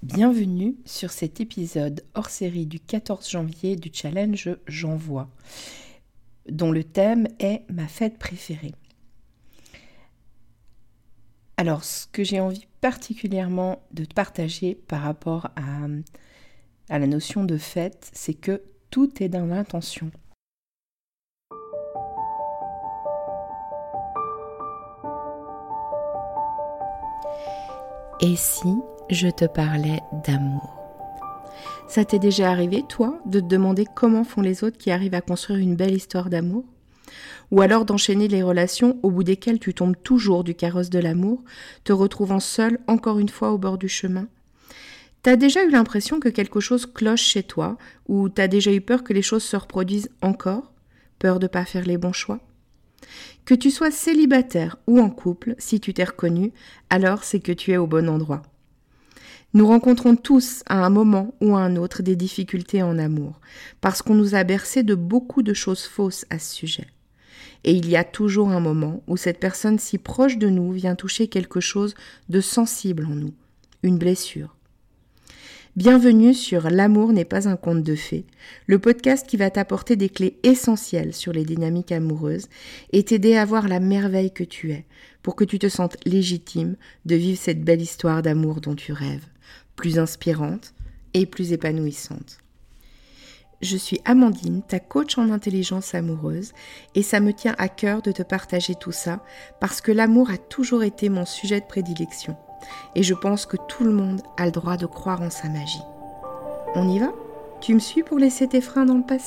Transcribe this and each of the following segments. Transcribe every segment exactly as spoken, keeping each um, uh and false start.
Bienvenue sur cet épisode hors série du quatorze janvier du challenge J'envoie, dont le thème est ma fête préférée. Alors, ce que j'ai envie particulièrement de te partager par rapport à, à la notion de fête, c'est que tout est dans l'intention. Et si je te parlais d'amour ? Ça t'est déjà arrivé, toi, de te demander comment font les autres qui arrivent à construire une belle histoire d'amour ? Ou alors d'enchaîner les relations au bout desquelles tu tombes toujours du carrosse de l'amour, te retrouvant seul encore une fois au bord du chemin ? T'as déjà eu l'impression que quelque chose cloche chez toi, ou t'as déjà eu peur que les choses se reproduisent encore ? Peur de ne pas faire les bons choix ? Que tu sois célibataire ou en couple, si tu t'es reconnu, alors c'est que tu es au bon endroit. Nous rencontrons tous, à un moment ou à un autre, des difficultés en amour, parce qu'on nous a bercé de beaucoup de choses fausses à ce sujet. Et il y a toujours un moment où cette personne si proche de nous vient toucher quelque chose de sensible en nous, une blessure. Bienvenue sur L'amour n'est pas un conte de fées, le podcast qui va t'apporter des clés essentielles sur les dynamiques amoureuses et t'aider à voir la merveille que tu es, pour que tu te sentes légitime de vivre cette belle histoire d'amour dont tu rêves, plus inspirante et plus épanouissante. Je suis Amandine, ta coach en intelligence amoureuse, et ça me tient à cœur de te partager tout ça parce que l'amour a toujours été mon sujet de prédilection. Et je pense que tout le monde a le droit de croire en sa magie. On y va ? Tu me suis pour laisser tes freins dans le passé ?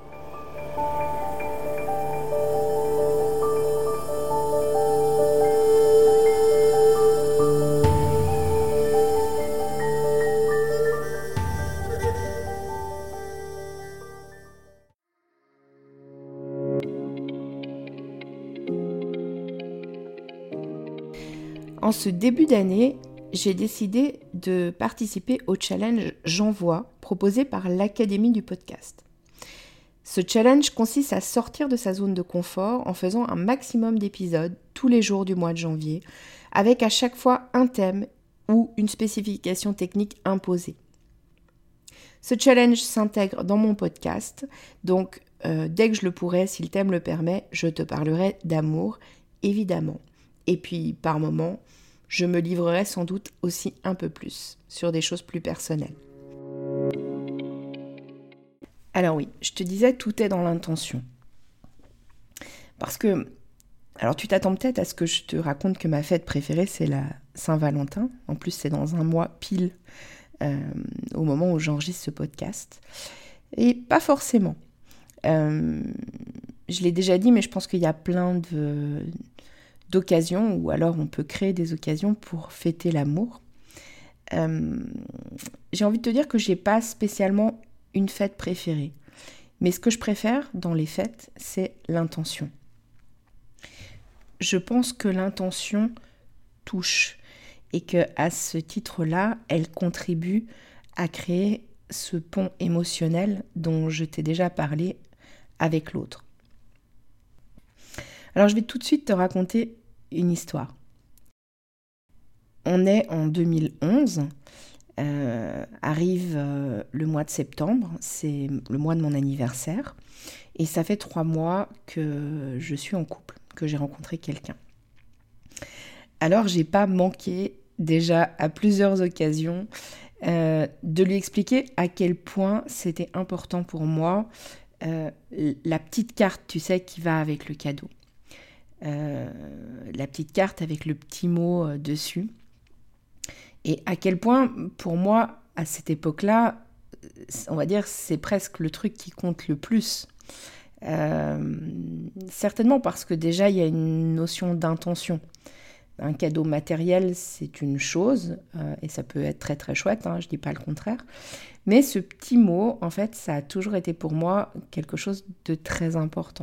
En ce début d'année, j'ai décidé de participer au challenge J'envoie proposé par l'Académie du podcast. Ce challenge consiste à sortir de sa zone de confort en faisant un maximum d'épisodes tous les jours du mois de janvier, avec à chaque fois un thème ou une spécification technique imposée. Ce challenge s'intègre dans mon podcast, donc euh, dès que je le pourrai, si le thème le permet, je te parlerai d'amour, évidemment. Et puis, par moments, je me livrerai sans doute aussi un peu plus sur des choses plus personnelles. Alors oui, je te disais, tout est dans l'intention. Parce que, alors tu t'attends peut-être à ce que je te raconte que ma fête préférée, c'est la Saint-Valentin. En plus, c'est dans un mois pile, euh, au moment où j'enregistre ce podcast. Et pas forcément. Euh, je l'ai déjà dit, mais je pense qu'il y a plein de... d'occasions, ou alors on peut créer des occasions pour fêter l'amour. Euh, j'ai envie de te dire que j'ai pas spécialement une fête préférée, mais ce que je préfère dans les fêtes, c'est l'intention. Je pense que l'intention touche et que à ce titre-là, elle contribue à créer ce pont émotionnel dont je t'ai déjà parlé avec l'autre. Alors je vais tout de suite te raconter une histoire. On est en deux mille onze, euh, arrive euh, le mois de septembre, c'est le mois de mon anniversaire, et ça fait trois mois que je suis en couple, que j'ai rencontré quelqu'un. Alors j'ai pas manqué déjà à plusieurs occasions euh, de lui expliquer à quel point c'était important pour moi euh, la petite carte, tu sais, qui va avec le cadeau. Euh, la petite carte avec le petit mot euh, dessus. Et à quel point, pour moi, à cette époque-là, on va dire, c'est presque le truc qui compte le plus. Euh, certainement parce que déjà, il y a une notion d'intention. Un cadeau matériel, c'est une chose, euh, et ça peut être très très chouette, hein, je ne dis pas le contraire. Mais ce petit mot, en fait, ça a toujours été pour moi quelque chose de très important.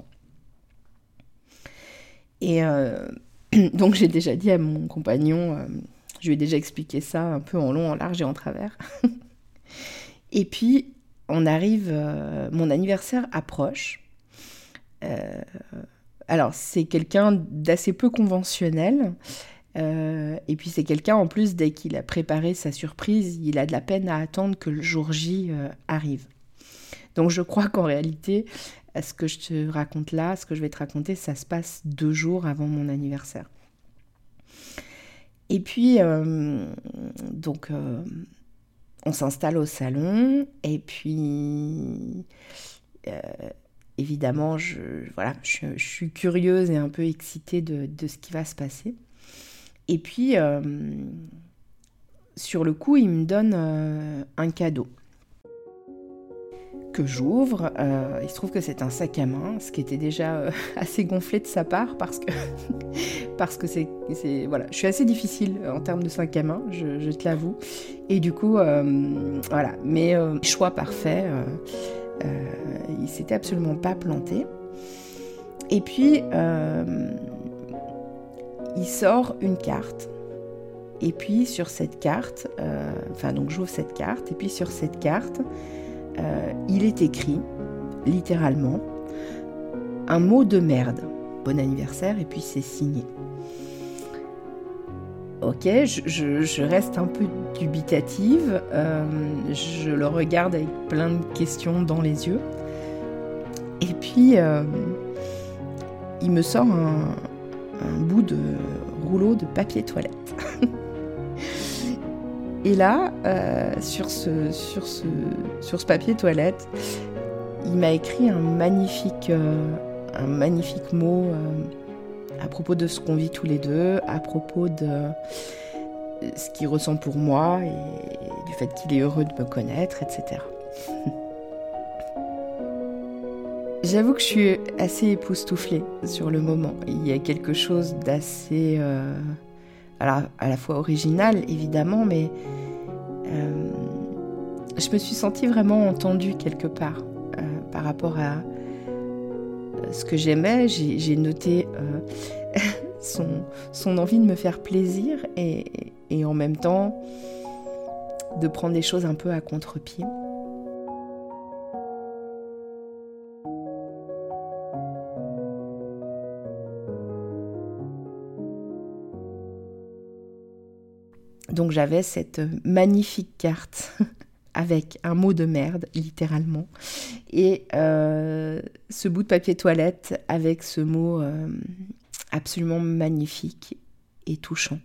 Et euh, donc j'ai déjà dit à mon compagnon, euh, je lui ai déjà expliqué ça un peu en long, en large et en travers. Et puis on arrive, euh, mon anniversaire approche. Euh, alors c'est quelqu'un d'assez peu conventionnel. Euh, et puis c'est quelqu'un, en plus, dès qu'il a préparé sa surprise, il a de la peine à attendre que le jour J euh, arrive. Donc je crois qu'en réalité, ce que je te raconte là, ce que je vais te raconter, ça se passe deux jours avant mon anniversaire. Et puis, euh, donc, euh, on s'installe au salon, et puis, euh, évidemment, je, voilà, je, je suis curieuse et un peu excitée de, de ce qui va se passer. Et puis, euh, sur le coup, il me donne euh, un cadeau que j'ouvre. Euh, il se trouve que c'est un sac à main, ce qui était déjà euh, assez gonflé de sa part parce que parce que c'est, c'est voilà, je suis assez difficile en termes de sac à main, je, je te l'avoue. Et du coup, euh, voilà, mais euh, choix parfait. Euh, euh, il s'était absolument pas planté. Et puis euh, il sort une carte. Et puis sur cette carte, euh, enfin donc j'ouvre cette carte, et puis sur cette carte, euh, il est écrit, littéralement, un mot de merde. Bon anniversaire, et puis c'est signé. Ok, je, je, je reste un peu dubitative, euh, je le regarde avec plein de questions dans les yeux, et puis euh, il me sort un, un bout de rouleau de papier toilette. Et là, euh, sur, ce, sur, ce, sur ce papier toilette, il m'a écrit un magnifique, euh, un magnifique mot euh, à propos de ce qu'on vit tous les deux, à propos de ce qu'il ressent pour moi et, et du fait qu'il est heureux de me connaître, et cetera. J'avoue que je suis assez époustouflée sur le moment. Il y a quelque chose d'assez... Euh, alors, à la fois original, évidemment, mais euh, je me suis sentie vraiment entendue quelque part euh, par rapport à ce que j'aimais. J'ai, j'ai noté euh, son, son envie de me faire plaisir et, et en même temps de prendre les choses un peu à contre-pied. Donc j'avais cette magnifique carte avec un mot de merde, littéralement, et euh, ce bout de papier toilette avec ce mot euh, absolument magnifique et touchant.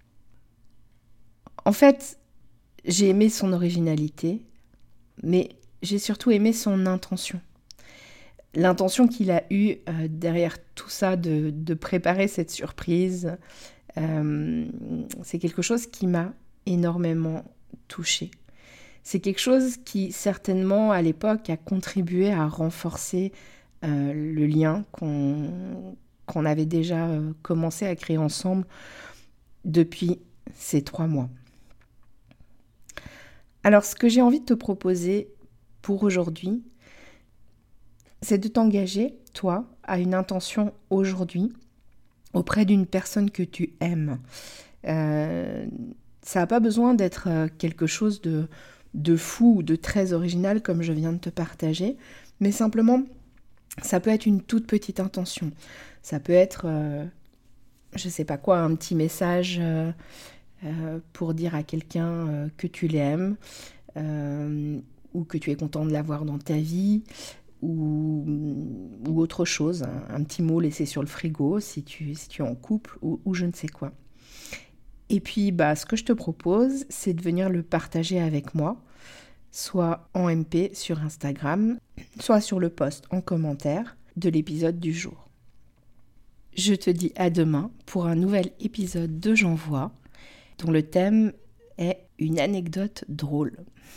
En fait, j'ai aimé son originalité, mais j'ai surtout aimé son intention. L'intention qu'il a eue euh, derrière tout ça, de, de préparer cette surprise, Euh, c'est quelque chose qui m'a énormément touchée. C'est quelque chose qui, certainement, à l'époque, a contribué à renforcer euh, le lien qu'on, qu'on avait déjà euh, commencé à créer ensemble depuis ces trois mois. Alors, ce que j'ai envie de te proposer pour aujourd'hui, c'est de t'engager, toi, à une intention aujourd'hui, auprès d'une personne que tu aimes. Euh, ça n'a pas besoin d'être quelque chose de, de fou ou de très original comme je viens de te partager, mais simplement, ça peut être une toute petite intention. Ça peut être, euh, je ne sais pas quoi, un petit message euh, euh, pour dire à quelqu'un euh, que tu l'aimes euh, ou que tu es content de l'avoir dans ta vie. Ou, ou autre chose, un, un petit mot laissé sur le frigo si tu, si tu es en couple ou, ou je ne sais quoi. Et puis, bah, ce que je te propose, c'est de venir le partager avec moi, soit en M P sur Instagram, soit sur le post en commentaire de l'épisode du jour. Je te dis à demain pour un nouvel épisode de J'envoie, dont le thème est une anecdote drôle.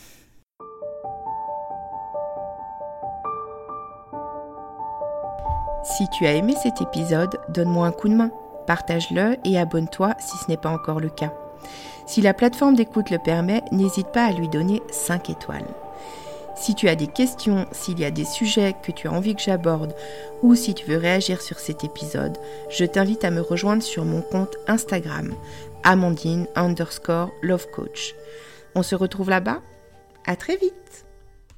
Si tu as aimé cet épisode, donne-moi un coup de main, partage-le et abonne-toi si ce n'est pas encore le cas. Si la plateforme d'écoute le permet, n'hésite pas à lui donner cinq étoiles. Si tu as des questions, s'il y a des sujets que tu as envie que j'aborde ou si tu veux réagir sur cet épisode, je t'invite à me rejoindre sur mon compte Instagram, Amandine underscore Love Coach. On se retrouve là-bas ? À très vite !